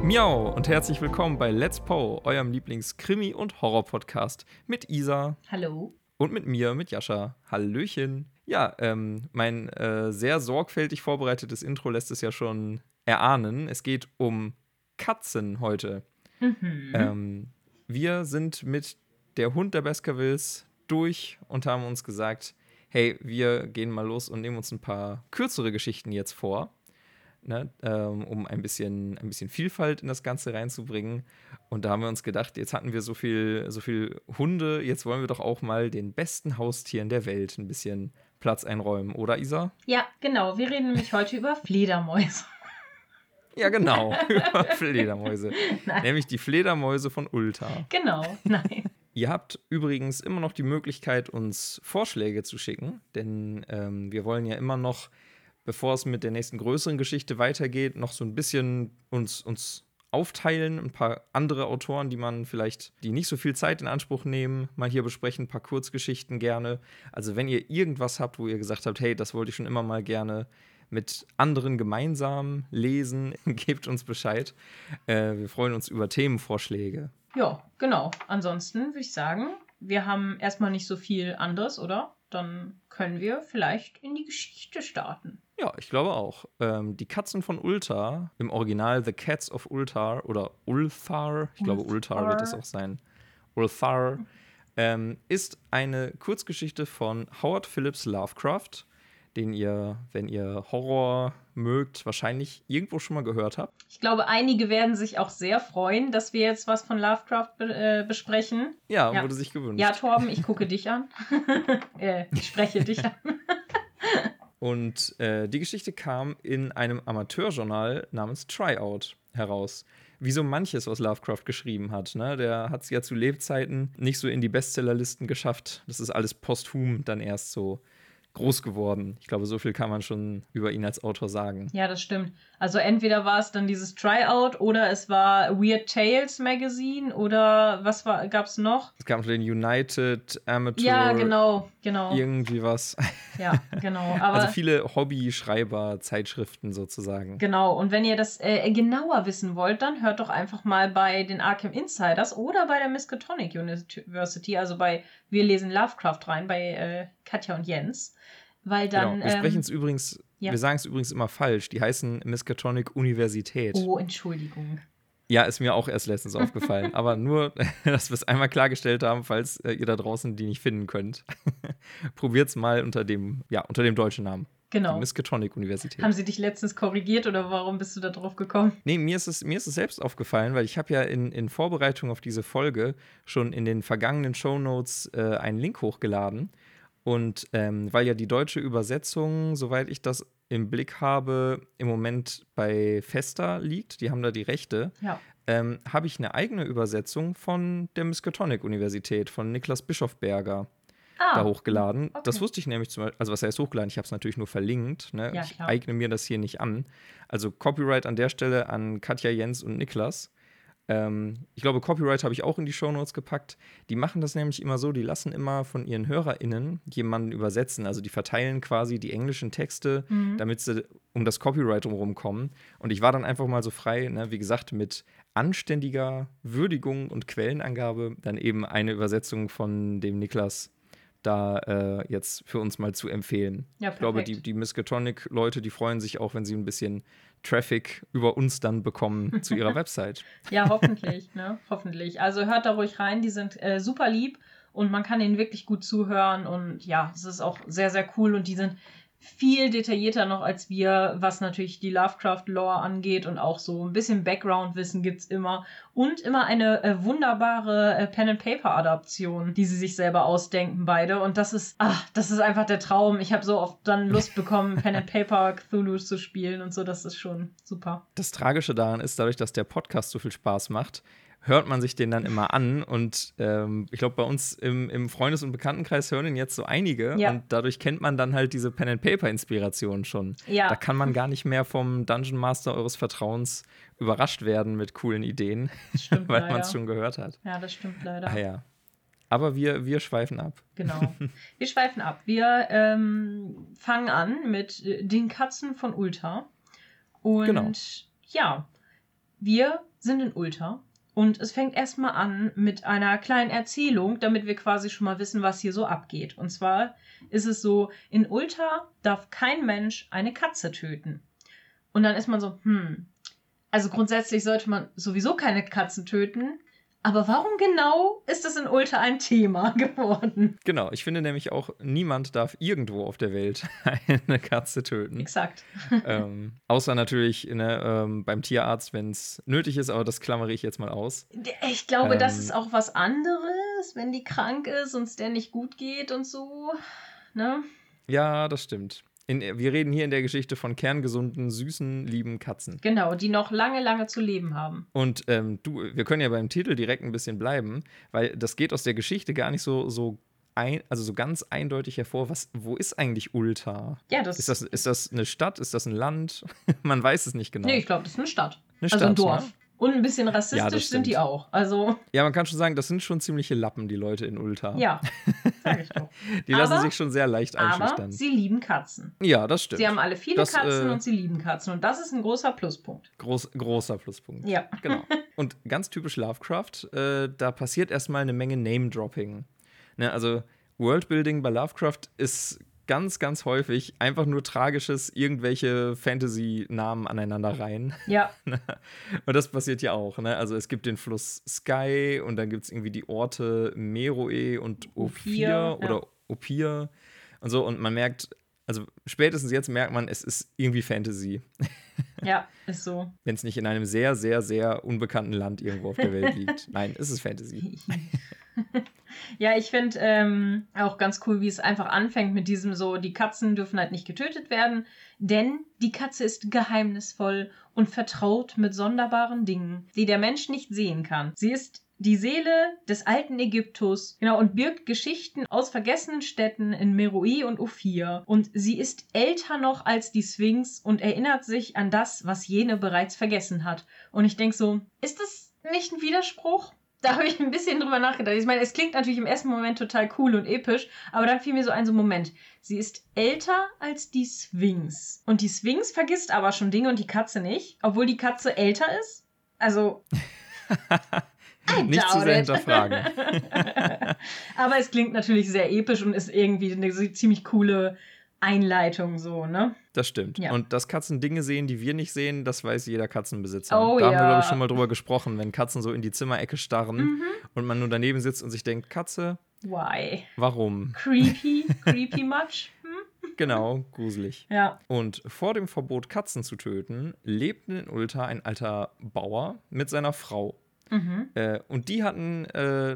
Miau und herzlich willkommen bei Let's Poe, eurem Lieblings-Krimi- und Horror-Podcast mit Isa. Hallo. Und mit mir, mit Jascha. Hallöchen. Ja, mein sehr sorgfältig vorbereitetes Intro lässt es ja schon erahnen. Es geht um Katzen heute. Wir sind mit der Hund der Baskervilles durch und haben uns gesagt, hey, wir gehen mal los und nehmen uns ein paar kürzere Geschichten jetzt vor. Ne, um ein bisschen Vielfalt in das Ganze reinzubringen. Und da haben wir uns gedacht, jetzt hatten wir so viel Hunde, jetzt wollen wir doch auch mal den besten Haustieren der Welt ein bisschen Platz einräumen, oder Isa? Ja, genau. Wir reden nämlich heute über Fledermäuse. Ja, genau, über Fledermäuse. Nein. Nämlich die Fledermäuse von Ulta. Genau, nein. Ihr habt übrigens immer noch die Möglichkeit, uns Vorschläge zu schicken, denn wir wollen ja immer noch, bevor es mit der nächsten größeren Geschichte weitergeht, noch so ein bisschen uns aufteilen, ein paar andere Autoren, die nicht so viel Zeit in Anspruch nehmen, mal hier besprechen, ein paar Kurzgeschichten gerne. Also wenn ihr irgendwas habt, wo ihr gesagt habt, hey, das wollte ich schon immer mal gerne mit anderen gemeinsam lesen, gebt uns Bescheid. Wir freuen uns über Themenvorschläge. Ja, genau. Ansonsten würde ich sagen, wir haben erstmal nicht so viel anderes, oder? Dann können wir vielleicht in die Geschichte starten. Ja, ich glaube auch. Die Katzen von Ulthar, im Original The Cats of Ulthar oder Ulthar, ich glaube Ulthar wird es auch sein. Ulthar ist eine Kurzgeschichte von Howard Phillips Lovecraft, den ihr, wenn ihr Horror mögt, wahrscheinlich irgendwo schon mal gehört habt. Ich glaube, einige werden sich auch sehr freuen, dass wir jetzt was von Lovecraft besprechen. Ja, wurde sich gewünscht. Ja, Torben, ich gucke dich an. Ich spreche dich an. Und die Geschichte kam in einem Amateurjournal namens Tryout heraus. Wie so manches, was Lovecraft geschrieben hat. Ne? Der hat es ja zu Lebzeiten nicht so in die Bestsellerlisten geschafft. Das ist alles posthum dann erst so groß geworden. Ich glaube, so viel kann man schon über ihn als Autor sagen. Ja, das stimmt. Also entweder war es dann dieses Tryout oder es war Weird Tales Magazine oder was gab es noch? Es gab den United Amateur. Ja, genau. Irgendwie was. Ja, genau. Aber also viele Hobby-Schreiber-Zeitschriften sozusagen. Genau. Und wenn ihr das genauer wissen wollt, dann hört doch einfach mal bei den Arkham Insiders oder bei der Miskatonic University, also bei Wir lesen Lovecraft rein, bei Katja und Jens. Weil dann. Genau. Wir sprechen es übrigens, ja. Wir sagen es übrigens immer falsch. Die heißen Miskatonic Universität. Oh, Entschuldigung. Ja, ist mir auch erst letztens aufgefallen. Aber nur, dass wir es einmal klargestellt haben, falls ihr da draußen die nicht finden könnt. Probiert es mal unter dem deutschen Namen. Genau. Die Miskatonic Universität. Haben sie dich letztens korrigiert oder warum bist du da drauf gekommen? Nee, mir ist es selbst aufgefallen, weil ich habe ja in Vorbereitung auf diese Folge schon in den vergangenen Shownotes einen Link hochgeladen. Und weil ja die deutsche Übersetzung, soweit ich das im Blick habe, im Moment bei Festa liegt, die haben da die Rechte, habe ich eine eigene Übersetzung von der Miskatonic-Universität, von Niklas Bischofberger, da hochgeladen. Okay. Das wusste ich nämlich zum Beispiel, also was heißt hochgeladen? Ich habe es natürlich nur verlinkt. Ne? Ja, ich eigne mir das hier nicht an. Also Copyright an der Stelle an Katja, Jens und Niklas. Ich glaube, Copyright habe ich auch in die Shownotes gepackt. Die machen das nämlich immer so, die lassen immer von ihren HörerInnen jemanden übersetzen. Also die verteilen quasi die englischen Texte, damit sie um das Copyright drumherum kommen. Und ich war dann einfach mal so frei, ne, wie gesagt, mit anständiger Würdigung und Quellenangabe dann eben eine Übersetzung von dem Niklas da jetzt für uns mal zu empfehlen. Ja, ich glaube, die Miskatonic-Leute, die freuen sich auch, wenn sie ein bisschen Traffic über uns dann bekommen zu ihrer Website. Ja, hoffentlich, ne? Hoffentlich. Also hört da ruhig rein, die sind super lieb und man kann ihnen wirklich gut zuhören und ja, es ist auch sehr, sehr cool und die sind viel detaillierter noch als wir, was natürlich die Lovecraft-Lore angeht und auch so ein bisschen Background-Wissen gibt's immer und immer eine wunderbare Pen-and-Paper-Adaption, die sie sich selber ausdenken beide und das ist einfach der Traum. Ich habe so oft dann Lust bekommen, Pen-and-Paper Cthulhu zu spielen und so, das ist schon super. Das Tragische daran ist, dadurch, dass der Podcast so viel Spaß macht, hört man sich den dann immer an und ich glaube, bei uns im Freundes- und Bekanntenkreis hören ihn jetzt so einige und dadurch kennt man dann halt diese Pen-and-Paper-Inspiration schon. Ja. Da kann man gar nicht mehr vom Dungeon Master eures Vertrauens überrascht werden mit coolen Ideen, weil man es schon gehört hat. Ja, das stimmt leider. Ah, ja. Aber wir schweifen ab. Genau, wir schweifen ab. Wir fangen an mit den Katzen von Ulta und ja, wir sind in Ulta und es fängt erstmal an mit einer kleinen Erzählung, damit wir quasi schon mal wissen, was hier so abgeht. Und zwar ist es so, in Ulta darf kein Mensch eine Katze töten. Und dann ist man so, also grundsätzlich sollte man sowieso keine Katzen töten. Aber warum genau ist das in Ulta ein Thema geworden? Genau, ich finde nämlich auch, niemand darf irgendwo auf der Welt eine Katze töten. Exakt. Außer natürlich beim Tierarzt, wenn es nötig ist, aber das klammere ich jetzt mal aus. Ich glaube, das ist auch was anderes, wenn die krank ist und es der nicht gut geht und so. Ne? Ja, das stimmt. Wir reden hier in der Geschichte von kerngesunden, süßen, lieben Katzen. Genau, die noch lange, lange zu leben haben. Und wir können ja beim Titel direkt ein bisschen bleiben, weil das geht aus der Geschichte gar nicht so ganz eindeutig hervor. Wo ist eigentlich Ulta? Ja, ist das eine Stadt? Ist das ein Land? Man weiß es nicht genau. Nee, ich glaube, das ist eine Stadt. Eine also ein Stadt, Dorf. Ne? Und ein bisschen rassistisch sind die auch. Also ja, man kann schon sagen, das sind schon ziemliche Lappen, die Leute in Ulta. Ja, sag ich doch. Die lassen sich schon sehr leicht einschüchtern. Aber sie lieben Katzen. Ja, das stimmt. Sie haben alle viele Katzen und sie lieben Katzen. Und das ist ein großer Pluspunkt. Großer Pluspunkt. Ja. Genau. Und ganz typisch Lovecraft, da passiert erstmal eine Menge Name-Dropping. Ne, also Worldbuilding bei Lovecraft ist ganz, ganz häufig einfach nur tragisches, irgendwelche Fantasy-Namen aneinander rein. Ja. Und das passiert ja auch, ne? Also es gibt den Fluss Sky und dann gibt es irgendwie die Orte Meroe und Ophir oder Opir und so. Und man merkt, also spätestens jetzt merkt man, es ist irgendwie Fantasy. Ja, ist so. Wenn es nicht in einem sehr, sehr, sehr unbekannten Land irgendwo auf der Welt liegt. Nein, es ist Fantasy. Ja, ich finde auch ganz cool, wie es einfach anfängt mit diesem so, die Katzen dürfen halt nicht getötet werden, denn die Katze ist geheimnisvoll und vertraut mit sonderbaren Dingen, die der Mensch nicht sehen kann. Sie ist die Seele des alten Ägyptus, genau, und birgt Geschichten aus vergessenen Städten in Meroe und Ophir. Und sie ist älter noch als die Sphinx und erinnert sich an das, was jene bereits vergessen hat. Und ich denke so, ist das nicht ein Widerspruch? Da habe ich ein bisschen drüber nachgedacht. Ich meine, es klingt natürlich im ersten Moment total cool und episch, aber dann fiel mir so ein Moment. Sie ist älter als die Sphinx. Und die Sphinx vergisst aber schon Dinge und die Katze nicht, obwohl die Katze älter ist. Also nicht zu sehr hinterfragen. Aber es klingt natürlich sehr episch und ist irgendwie eine ziemlich coole Einleitung so, ne? Das stimmt. Ja. Und dass Katzen Dinge sehen, die wir nicht sehen, das weiß jeder Katzenbesitzer. Oh, da haben wir, glaube ich, schon mal drüber gesprochen, wenn Katzen so in die Zimmerecke starren Mhm. und man nur daneben sitzt und sich denkt, Katze, Why? warum? Creepy much? Genau, gruselig. Ja. Und vor dem Verbot, Katzen zu töten, lebte in Ulta ein alter Bauer mit seiner Frau. Mhm. Und die hatten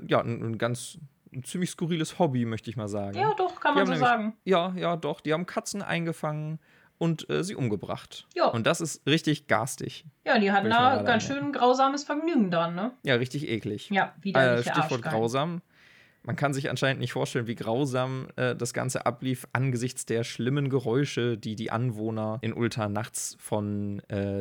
ein ziemlich skurriles Hobby, möchte ich mal sagen. Ja, doch, kann man so sagen. Ja, doch. Die haben Katzen eingefangen und sie umgebracht. Ja. Und das ist richtig garstig. Ja, die hatten Würde ich mal da gerade ganz anmerken. schön grausames Vergnügen dran, ne? Ja, richtig eklig. Ja, widerliche Stichwort Arschgeigen. grausam. Man kann sich anscheinend nicht vorstellen, wie grausam das Ganze ablief angesichts der schlimmen Geräusche, die die Anwohner in Ulta nachts von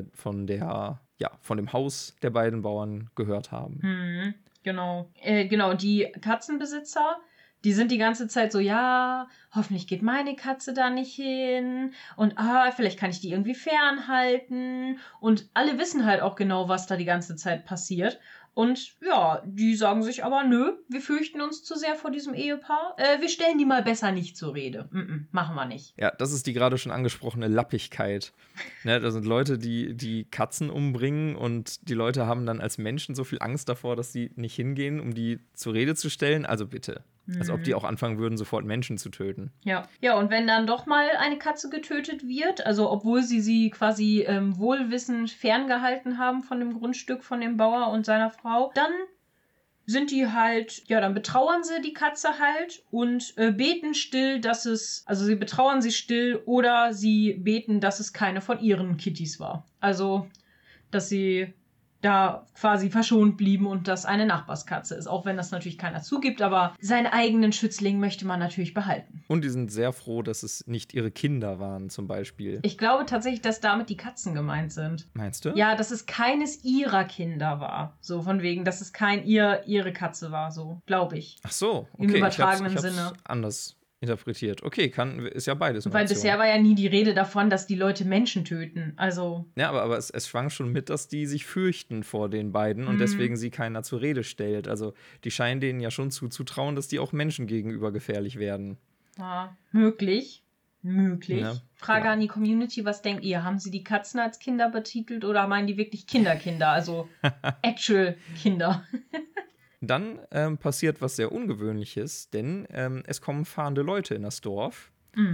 dem Haus der beiden Bauern gehört haben. Genau. Genau, die Katzenbesitzer, die sind die ganze Zeit so, ja, hoffentlich geht meine Katze da nicht hin und vielleicht kann ich die irgendwie fernhalten und alle wissen halt auch genau, was da die ganze Zeit passiert. Und ja, die sagen sich aber, nö, wir fürchten uns zu sehr vor diesem Ehepaar. Wir stellen die mal besser nicht zur Rede. Machen wir nicht. Ja, das ist die gerade schon angesprochene Lappigkeit. Ne, das sind Leute, die Katzen umbringen und die Leute haben dann als Menschen so viel Angst davor, dass sie nicht hingehen, um die zur Rede zu stellen. Also bitte. Als ob die auch anfangen würden, sofort Menschen zu töten. Ja, und wenn dann doch mal eine Katze getötet wird, also obwohl sie quasi wohlwissend ferngehalten haben von dem Grundstück von dem Bauer und seiner Frau, dann sind die halt, ja, dann betrauern sie die Katze halt und beten still, sie betrauern sie still oder sie beten, dass es keine von ihren Kittys war. Also, dass sie da quasi verschont blieben und das eine Nachbarskatze ist. Auch wenn das natürlich keiner zugibt, aber seinen eigenen Schützling möchte man natürlich behalten. Und die sind sehr froh, dass es nicht ihre Kinder waren, zum Beispiel. Ich glaube tatsächlich, dass damit die Katzen gemeint sind. Meinst du? Ja, dass es keines ihrer Kinder war. So von wegen, dass es ihre Katze war, so glaube ich. Ach so, okay. Im übertragenen ich hab's Sinne. anders interpretiert. Okay, ist ja beides eine Weil Option. bisher war ja nie die Rede davon, dass die Leute Menschen töten. Also. Ja, aber es schwang schon mit, dass die sich fürchten vor den beiden und deswegen sie keiner zur Rede stellt. Also die scheinen denen ja schon zuzutrauen, dass die auch Menschen gegenüber gefährlich werden. Ja, möglich. Ja, Frage genau. an die Community, was denkt ihr? Haben sie die Katzen als Kinder betitelt oder meinen die wirklich Kinder, also actual Kinder? Dann passiert was sehr Ungewöhnliches, denn es kommen fahrende Leute in das Dorf,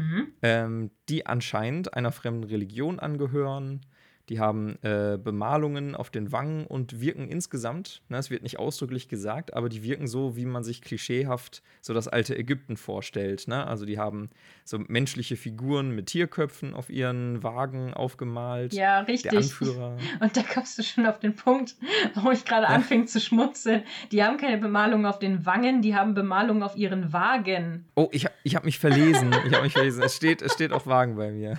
die anscheinend einer fremden Religion angehören. Die haben Bemalungen auf den Wangen und wirken insgesamt, es wird nicht ausdrücklich gesagt, aber die wirken so, wie man sich klischeehaft so das alte Ägypten vorstellt. Ne? Also die haben so menschliche Figuren mit Tierköpfen auf ihren Wagen aufgemalt. Ja, Der richtig. Anführer. Und da kommst du schon auf den Punkt, wo ich gerade anfing zu schmunzeln. Die haben keine Bemalung auf den Wangen, die haben Bemalung auf ihren Wagen. Oh, ich hab mich verlesen. Es steht auf Wagen bei mir.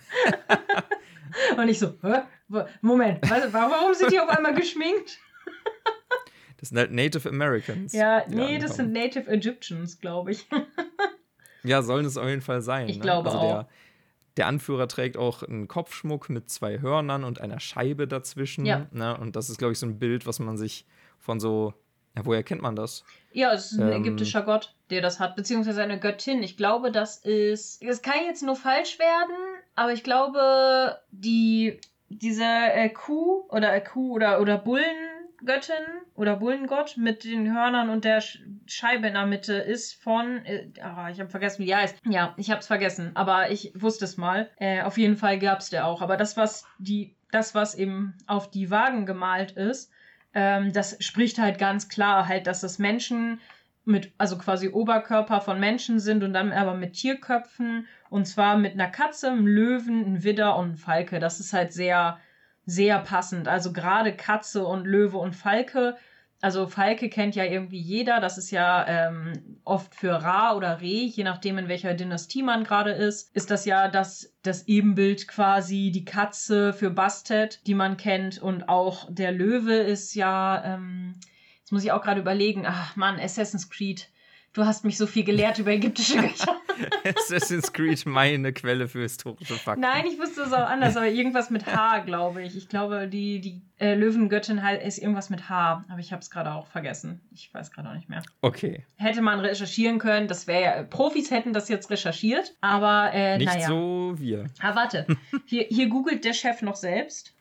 Und ich so, hä? Moment, warum sind die auf einmal geschminkt? Das sind halt Native Americans. Ja, nee, das sind Native Egyptians, glaube ich. Ja, sollen es auf jeden Fall sein. Ich glaube also auch. Der Anführer trägt auch einen Kopfschmuck mit 2 Hörnern und einer Scheibe dazwischen. Ja. Ne? Und das ist, glaube ich, so ein Bild, was man sich von so. Ja, woher kennt man das? Ja, es ist ein ägyptischer Gott, der das hat, beziehungsweise eine Göttin. Ich glaube, das kann jetzt nur falsch werden, aber ich glaube, diese Kuh oder Bullengöttin oder Bullengott mit den Hörnern und der Scheibe in der Mitte ist von, ich habe vergessen, wie die heißt. Ja, ich habe es vergessen, aber ich wusste es mal. Auf jeden Fall gab es der auch. Aber das, was eben auf die Wagen gemalt ist, das spricht halt ganz klar halt, dass das Menschen also quasi Oberkörper von Menschen sind und dann aber mit Tierköpfen und zwar mit einer Katze, einem Löwen, einem Widder und einem Falke. Das ist halt sehr, sehr passend. Also gerade Katze und Löwe und Falke. Also Falke kennt ja irgendwie jeder. Das ist ja oft für Ra oder Re, je nachdem in welcher Dynastie man gerade ist das ja das Ebenbild quasi, die Katze für Bastet, die man kennt. Und auch der Löwe ist ja, jetzt muss ich auch gerade überlegen, ach Mann, Assassin's Creed. Du hast mich so viel gelehrt über ägyptische Götter. Assassin's Creed, meine Quelle für historische Fakten. Nein, ich wusste es auch anders, aber irgendwas mit H, glaube ich. Ich glaube, die Löwengöttin ist irgendwas mit H, aber ich habe es gerade auch vergessen. Ich weiß gerade auch nicht mehr. Okay. Hätte man recherchieren können, das wäre ja, Profis hätten das jetzt recherchiert, aber Nicht naja. so wir. Ah, warte, hier googelt der Chef noch selbst.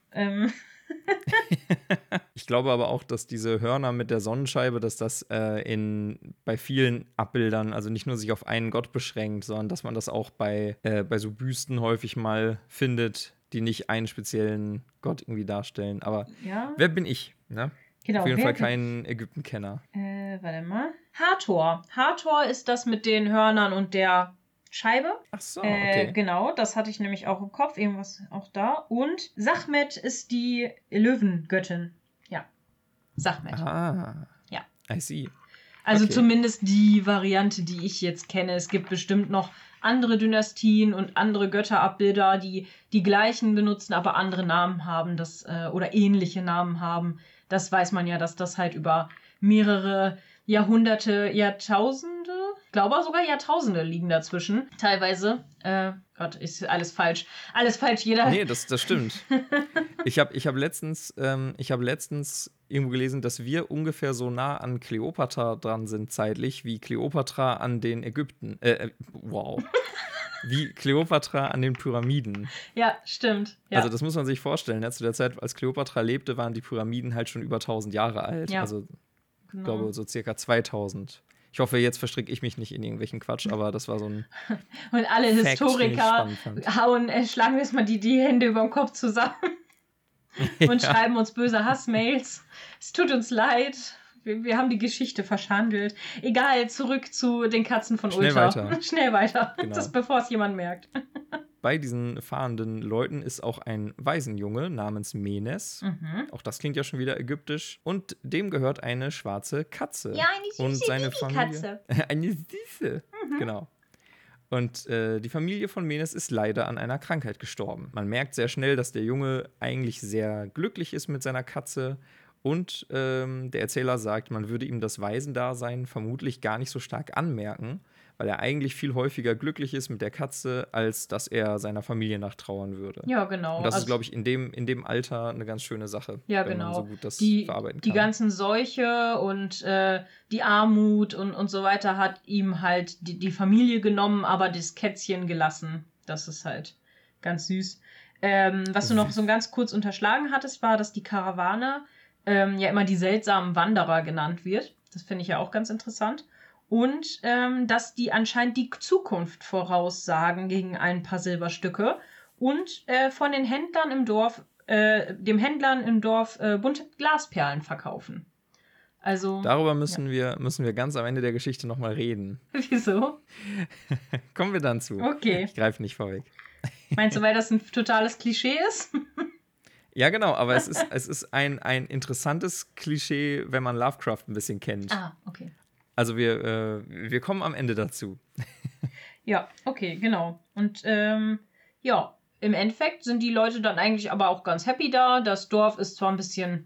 Ich glaube aber auch, dass diese Hörner mit der Sonnenscheibe, dass das bei vielen Abbildern, also nicht nur sich auf einen Gott beschränkt, sondern dass man das auch bei so Büsten häufig mal findet, die nicht einen speziellen Gott irgendwie darstellen. Aber ja. Wer bin ich? Ne? Genau, auf jeden Fall kein Ägyptenkenner. Warte mal. Hathor. Hathor ist das mit den Hörnern und der Scheibe. Ach so, okay. Genau, das hatte ich nämlich auch im Kopf, irgendwas auch da. Und Sachmet ist die Löwengöttin. Ja, Sachmet. Ah, ja. I see. Also okay. Zumindest die Variante, die ich jetzt kenne. Es gibt bestimmt noch andere Dynastien und andere Götterabbilder, die die gleichen benutzen, aber andere Namen haben, oder ähnliche Namen haben. Das weiß man ja, dass das halt über mehrere Jahrhunderte, Jahrtausende, ich glaube sogar Jahrtausende liegen dazwischen. Teilweise. Gott, ist alles falsch. Alles falsch, jeder. Nee, das stimmt. Ich hab letztens irgendwo gelesen, dass wir ungefähr so nah an Kleopatra dran sind zeitlich, wie Kleopatra an den Ägypten. Wow. Wie Kleopatra an den Pyramiden. Ja, stimmt. Ja. Also das muss man sich vorstellen. Ja, zu der Zeit, als Kleopatra lebte, waren die Pyramiden halt schon über 1000 Jahre alt. Ja. Also ich glaube so circa 2000. Ich hoffe, jetzt verstricke ich mich nicht in irgendwelchen Quatsch, aber das war so ein Und alle Fact, Historiker schlagen erstmal die Hände über dem Kopf zusammen und schreiben uns böse Hassmails. Es tut uns leid. Wir haben die Geschichte verschandelt. Egal, zurück zu den Katzen von Ulta. Schnell weiter. Genau. Bevor es jemand merkt. Bei diesen fahrenden Leuten ist auch ein Waisenjunge namens Menes. Auch das klingt ja schon wieder ägyptisch. Und dem gehört eine schwarze Katze. Ja, eine süße und seine Katze. Eine süße. Genau. Und die Familie von Menes ist leider an einer Krankheit gestorben. Man merkt sehr schnell, dass der Junge eigentlich sehr glücklich ist mit seiner Katze. Und der Erzähler sagt, man würde ihm das Waisendasein vermutlich gar nicht so stark anmerken, weil er eigentlich viel häufiger glücklich ist mit der Katze, als dass er seiner Familie nachtrauern würde. Ja, genau. Und das ist, glaube ich, in dem Alter eine ganz schöne Sache, ja, wenn man genau. so gut das verarbeiten Die kann. ganzen Seuche und die Armut und so weiter hat ihm halt die Familie genommen, aber das Kätzchen gelassen. Das ist halt ganz süß. Was du noch so ganz kurz unterschlagen hattest, war, dass die Karawane ja immer die seltsamen Wanderer genannt wird. Das finde ich ja auch ganz interessant. Und dass die anscheinend die Zukunft voraussagen gegen ein paar Silberstücke und von den Händlern im Dorf, dem Händlern im Dorf bunte Glasperlen verkaufen. Also. Darüber müssen wir ganz am Ende der Geschichte nochmal reden. Wieso? Kommen wir dann zu. Okay. Ich greife nicht vorweg. Meinst du, weil das ein totales Klischee ist? Ja, genau, aber es ist ein interessantes Klischee, wenn man Lovecraft ein bisschen kennt. Ah, okay. Also wir kommen am Ende dazu. Ja, okay, genau. Und ja, im Endeffekt sind die Leute dann eigentlich aber auch ganz happy da. Das Dorf ist zwar ein bisschen,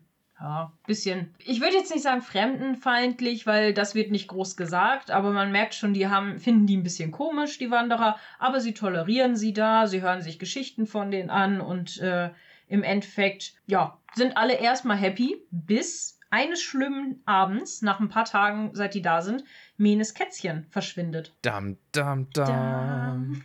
ich würde jetzt nicht sagen fremdenfeindlich, weil das wird nicht groß gesagt, aber man merkt schon, finden die ein bisschen komisch, die Wanderer, aber sie tolerieren sie da, sie hören sich Geschichten von denen an und im Endeffekt, ja, sind alle erstmal happy, bis eines schlimmen Abends, nach ein paar Tagen, seit die da sind, Menes Kätzchen verschwindet. Dam, dam, dam.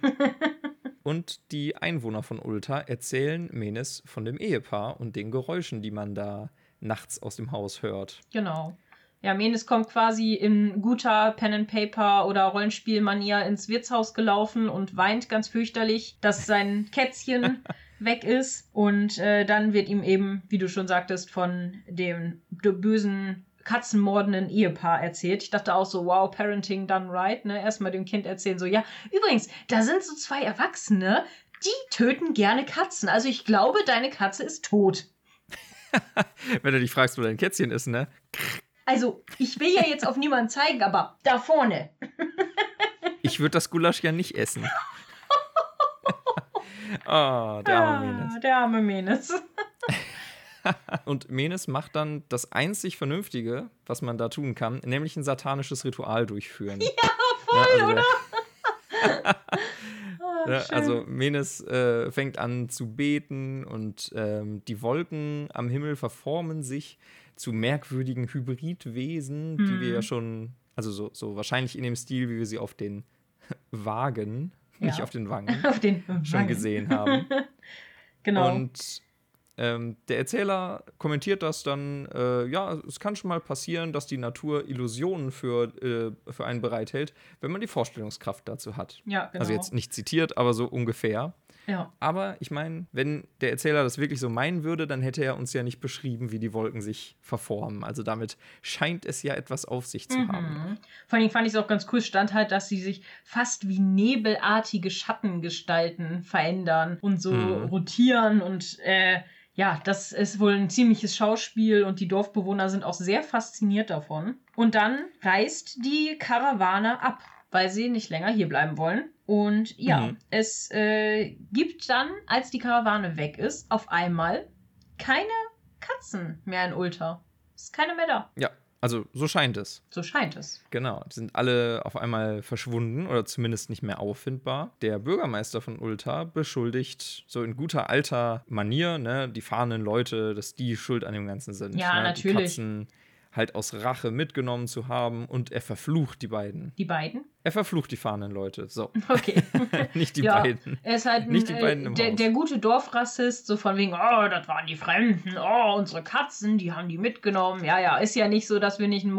Und die Einwohner von Ulta erzählen Menes von dem Ehepaar und den Geräuschen, die man da nachts aus dem Haus hört. Genau. Ja, Menes kommt quasi in guter Pen-and-Paper- oder Rollenspielmanier ins Wirtshaus gelaufen und weint ganz fürchterlich, dass sein Kätzchen weg ist. Und dann wird ihm eben, wie du schon sagtest, von dem bösen, katzenmordenden Ehepaar erzählt. Ich dachte auch so, wow, Parenting done right, ne? Erstmal dem Kind erzählen, so, ja, übrigens, da sind so 2 Erwachsene, die töten gerne Katzen. Also ich glaube, deine Katze ist tot. Wenn du dich fragst, wo dein Kätzchen ist, ne? Also, ich will ja jetzt auf niemanden zeigen, aber da vorne. Ich würde das Gulasch ja nicht essen. Oh, der arme Menes. Der arme Menes. Und Menes macht dann das einzig Vernünftige, was man da tun kann, nämlich ein satanisches Ritual durchführen. Ja, voll, oder? Also Menes fängt an zu beten und die Wolken am Himmel verformen sich zu merkwürdigen Hybridwesen, die wir ja schon, also so wahrscheinlich in dem Stil, wie wir sie auf den Wagen, nicht auf den Wangen, auf den schon gesehen haben. Genau. Und der Erzähler kommentiert das dann, ja, es kann schon mal passieren, dass die Natur Illusionen für einen bereithält, wenn man die Vorstellungskraft dazu hat. Ja, genau. Also jetzt nicht zitiert, aber so ungefähr. Ja. Aber ich meine, wenn der Erzähler das wirklich so meinen würde, dann hätte er uns ja nicht beschrieben, wie die Wolken sich verformen. Also damit scheint es ja etwas auf sich zu haben. Vor allem fand ich es auch ganz cool, stand halt, dass sie sich fast wie nebelartige Schattengestalten verändern und so rotieren und ja, das ist wohl ein ziemliches Schauspiel und die Dorfbewohner sind auch sehr fasziniert davon. Und dann reist die Karawane ab, weil sie nicht länger hier bleiben wollen. Und ja, es gibt dann, als die Karawane weg ist, auf einmal keine Katzen mehr in Ulta. Es ist keine mehr da. Ja, also so scheint es. So scheint es. Genau, die sind alle auf einmal verschwunden oder zumindest nicht mehr auffindbar. Der Bürgermeister von Ulta beschuldigt, so in guter alter Manier, ne, die fahrenden Leute, dass die schuld an dem Ganzen sind. Ja, ne, natürlich. Die Katzen halt aus Rache mitgenommen zu haben und er verflucht die beiden. Die beiden? Er verflucht die fahrenden Leute, so. Okay. Nicht die ja, beiden. Er ist halt Nicht die beiden im Haus. Der gute Dorfrassist, so von wegen, oh, das waren die Fremden, oh, unsere Katzen, die haben die mitgenommen. Ja, ist ja nicht so, dass wir nicht ein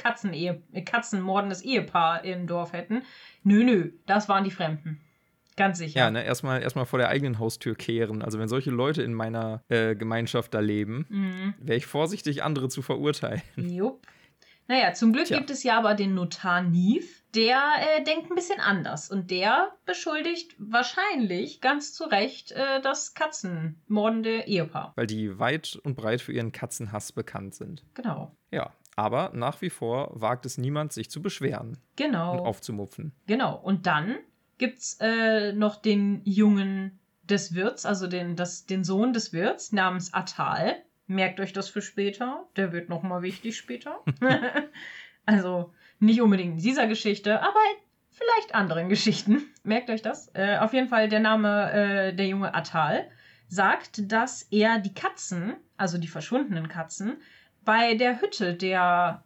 katzenmordendes Ehepaar im Dorf hätten. Nö, das waren die Fremden. Ganz sicher. Ja, ne, erstmal vor der eigenen Haustür kehren. Also wenn solche Leute in meiner Gemeinschaft da leben, wäre ich vorsichtig, andere zu verurteilen. Jupp. Naja, zum Glück gibt es ja aber den Notar Neve, der denkt ein bisschen anders. Und der beschuldigt wahrscheinlich ganz zu Recht das katzenmordende Ehepaar. Weil die weit und breit für ihren Katzenhass bekannt sind. Genau. Ja, aber nach wie vor wagt es niemand, sich zu beschweren. Genau. Und aufzumupfen. Genau. Und dann gibt's noch den Jungen des Wirts, also den Sohn des Wirts namens Atal. Merkt euch das für später. Der wird nochmal wichtig später. Also nicht unbedingt in dieser Geschichte, aber vielleicht anderen Geschichten. Merkt euch das. Auf jeden Fall der Name, der junge Atal, sagt, dass er die Katzen, also die verschwundenen Katzen, bei der Hütte der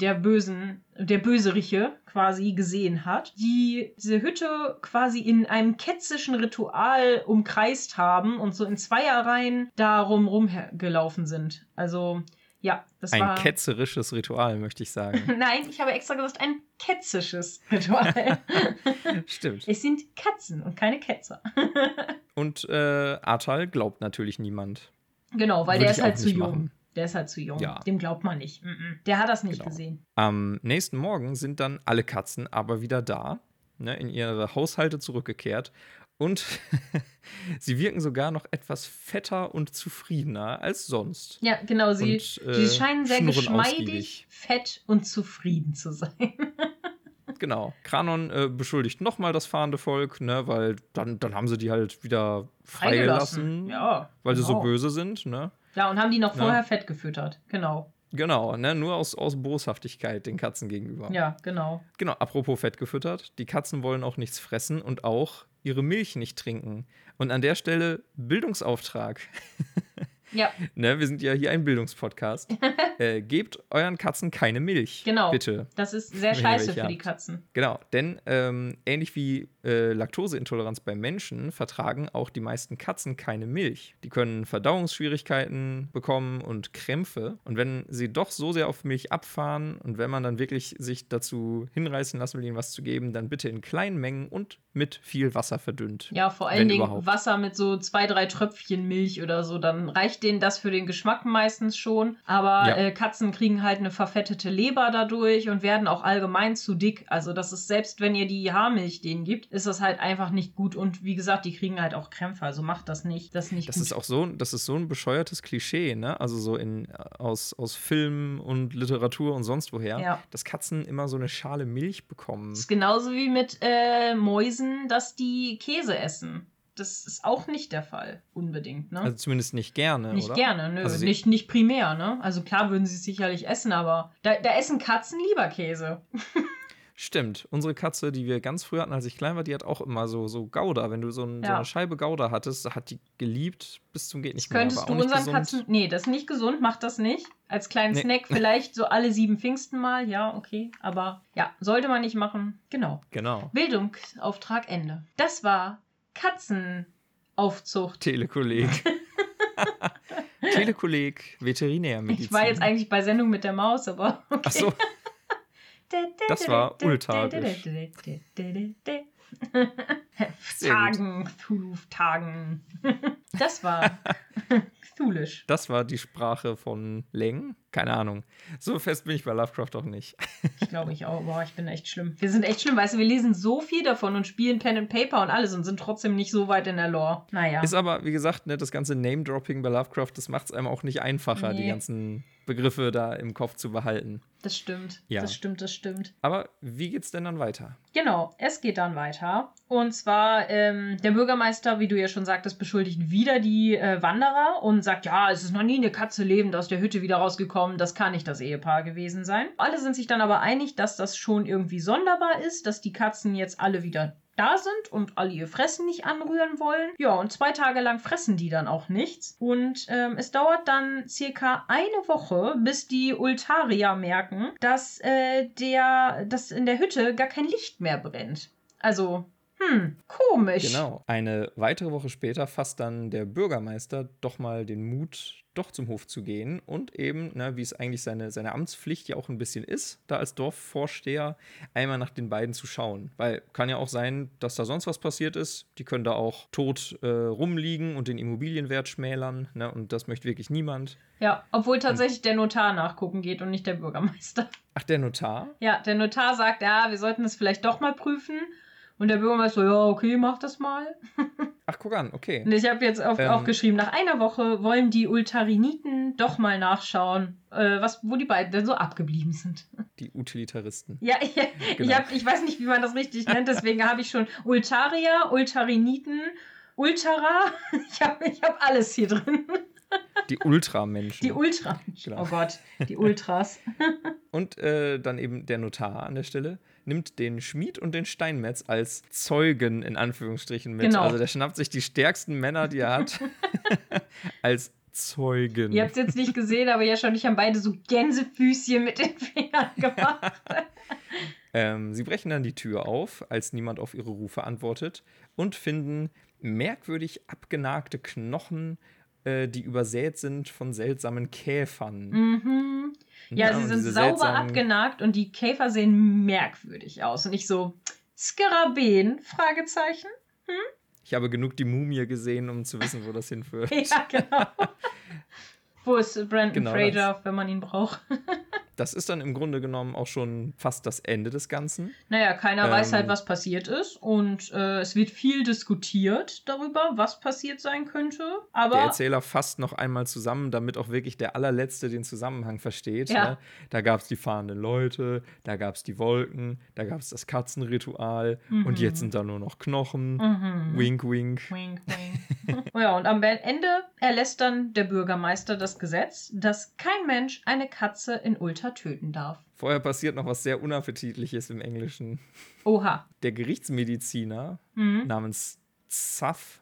Böseriche quasi gesehen hat, die diese Hütte quasi in einem ketzischen Ritual umkreist haben und so in Zweierreihen darum rumgelaufen sind. Also, ja, das war... Ein ketzerisches Ritual, möchte ich sagen. Nein, ich habe extra gesagt, ein ketzisches Ritual. Stimmt. Es sind Katzen und keine Ketzer. Und Atal glaubt natürlich niemand. Genau, weil Würde der ich ist auch halt zu nicht jung. machen. Der ist halt zu jung. Ja. Dem glaubt man nicht. Der hat das nicht Genau. gesehen. Am nächsten Morgen sind dann alle Katzen aber wieder da, ne, in ihre Haushalte zurückgekehrt. Und sie wirken sogar noch etwas fetter und zufriedener als sonst. Ja, genau. Sie scheinen sehr schnurren geschmeidig, ausgiebig. fett und zufrieden zu sein. Genau. Kranon beschuldigt nochmal das fahrende Volk, ne, weil dann haben sie die halt wieder freigelassen, Ja, weil sie so genau. böse sind. Ne? Ja, und haben die noch Ja. vorher fett gefüttert. Genau. Genau, ne, nur aus Boshaftigkeit den Katzen gegenüber. Ja, genau. Genau, apropos fett gefüttert, die Katzen wollen auch nichts fressen und auch ihre Milch nicht trinken. Und an der Stelle Bildungsauftrag. Ja, Ne, wir sind ja hier ein Bildungspodcast. Gebt euren Katzen keine Milch. genau. Bitte. Das ist sehr Wenn ihr scheiße welche für die habt. Katzen. Genau, denn ähnlich wie Laktoseintoleranz bei Menschen vertragen auch die meisten Katzen keine Milch. Die können Verdauungsschwierigkeiten bekommen und Krämpfe. Und wenn sie doch so sehr auf Milch abfahren und wenn man dann wirklich sich dazu hinreißen lassen will, ihnen was zu geben, dann bitte in kleinen Mengen und mit viel Wasser verdünnt. Ja, vor allen Wenn Dingen überhaupt. Wasser mit so 2, 3 Tröpfchen Milch oder so. Dann reicht denen das für den Geschmack meistens schon. Aber Ja. Katzen kriegen halt eine verfettete Leber dadurch und werden auch allgemein zu dick. Also das ist, selbst wenn ihr die Haarmilch denen gibt, ist das halt einfach nicht gut. Und wie gesagt, die kriegen halt auch Krämpfe. Also macht das nicht. Das ist nicht Das gut. ist auch so, das ist so ein bescheuertes Klischee, ne? Also so aus Filmen und Literatur und sonst woher, Ja. dass Katzen immer so eine Schale Milch bekommen. Das ist genauso wie mit Mäusen, dass die Käse essen. Das ist auch nicht der Fall, unbedingt, ne? Also zumindest nicht gerne, nicht oder? gerne, nö. Also nicht primär, ne? Also klar würden sie es sicherlich essen, aber da essen Katzen lieber Käse. Stimmt. Unsere Katze, die wir ganz früh hatten, als ich klein war, die hat auch immer so Gouda. Wenn du so Ja. eine Scheibe Gouda hattest, hat die geliebt bis zum geht Das nicht mehr. könntest War du auch nicht unseren gesund. Katzen... Nee, das ist nicht gesund, mach das nicht. Als kleinen Nee. Snack vielleicht so alle 7 Pfingsten mal, ja, okay. Aber ja, sollte man nicht machen. Genau. Genau. Bildungsauftrag Ende. Das war Katzenaufzucht. Telekolleg. Telekolleg, Veterinärmedizin. Ich war jetzt eigentlich bei Sendung mit der Maus, aber okay. Ach so. Das war ultarisch. Sehr Tagen, Cthulhu-Tagen. Das war Cthulhisch. Das war die Sprache von Leng? Keine Ahnung. So fest bin ich bei Lovecraft auch nicht. Ich glaube ich auch. Boah, ich bin echt schlimm. Wir sind echt schlimm, weißt du, wir lesen so viel davon und spielen Pen and Paper und alles und sind trotzdem nicht so weit in der Lore. Naja. Ist aber, wie gesagt, ne, das ganze Name-Dropping bei Lovecraft, das macht es einem auch nicht einfacher, Nee. die ganzen Begriffe da im Kopf zu behalten. Das stimmt. Ja. Das stimmt. Aber wie geht's denn dann weiter? Genau, es geht dann weiter. Und zwar, der Bürgermeister, wie du ja schon sagtest, beschuldigt wieder die Wanderer und sagt, ja, es ist noch nie eine Katze lebend aus der Hütte wieder rausgekommen. Das kann nicht das Ehepaar gewesen sein. Alle sind sich dann aber einig, dass das schon irgendwie sonderbar ist, dass die Katzen jetzt alle wieder da sind und alle ihr Fressen nicht anrühren wollen. Ja, und 2 Tage lang fressen die dann auch nichts. Und es dauert dann circa eine Woche, bis die Ultarier merken, dass in der Hütte gar kein Licht mehr brennt. Also, komisch. Genau. Eine weitere Woche später fasst dann der Bürgermeister doch mal den Mut, doch zum Hof zu gehen und eben, wie es eigentlich seine Amtspflicht ja auch ein bisschen ist, da als Dorfvorsteher einmal nach den beiden zu schauen. Weil kann ja auch sein, dass da sonst was passiert ist. Die können da auch tot rumliegen und den Immobilienwert schmälern. Ne? Und das möchte wirklich niemand. Ja, obwohl tatsächlich der Notar nachgucken geht und nicht der Bürgermeister. Ach, der Notar? Ja, der Notar sagt, ja, wir sollten es vielleicht doch mal prüfen. Und der Bürgermeister so, ja, okay, mach das mal. Ach, guck an, okay. Und ich habe jetzt auch geschrieben, nach einer Woche wollen die Ultariniten doch mal nachschauen, wo die beiden denn so abgeblieben sind. Die Utilitaristen. Ja, Genau. ich weiß nicht, wie man das richtig nennt, deswegen habe ich schon Ultarier, Ultariniten, Ultara. Ich hab alles hier drin. Die Ultramenschen. Die Ultra. Genau. Oh Gott, die Ultras. Und dann eben der Notar an der Stelle, nimmt den Schmied und den Steinmetz als Zeugen in Anführungsstrichen mit. Genau. Also der schnappt sich die stärksten Männer, die er hat, als Zeugen. Ihr habt es jetzt nicht gesehen, aber ja schon, ich haben beide so Gänsefüßchen mit den Fingern gemacht. Sie brechen dann die Tür auf, als niemand auf ihre Rufe antwortet und finden merkwürdig abgenagte Knochen, die übersät sind von seltsamen Käfern. Mhm. Ja, sie sind sauber abgenagt und die Käfer sehen merkwürdig aus. Und ich so, Skarabäen? Fragezeichen. Ich habe genug die Mumie gesehen, um zu wissen, wo das hinführt. Ja, genau. Wo ist Brandon Genau Fraser, wenn man ihn braucht? Das ist dann im Grunde genommen auch schon fast das Ende des Ganzen. Naja, keiner weiß halt, was passiert ist. Und es wird viel diskutiert darüber, was passiert sein könnte. Aber der Erzähler fasst noch einmal zusammen, damit auch wirklich der Allerletzte den Zusammenhang versteht. Ja. Ne? Da gab es die fahrenden Leute, da gab es die Wolken, da gab es das Katzenritual und jetzt sind da nur noch Knochen. Wink, wink. Wink, wink. Ja, und am Ende erlässt dann der Bürgermeister das Gesetz, dass kein Mensch eine Katze in Ulta töten darf. Vorher passiert noch was sehr Unappetitliches im Englischen. Oha. Der Gerichtsmediziner namens Saf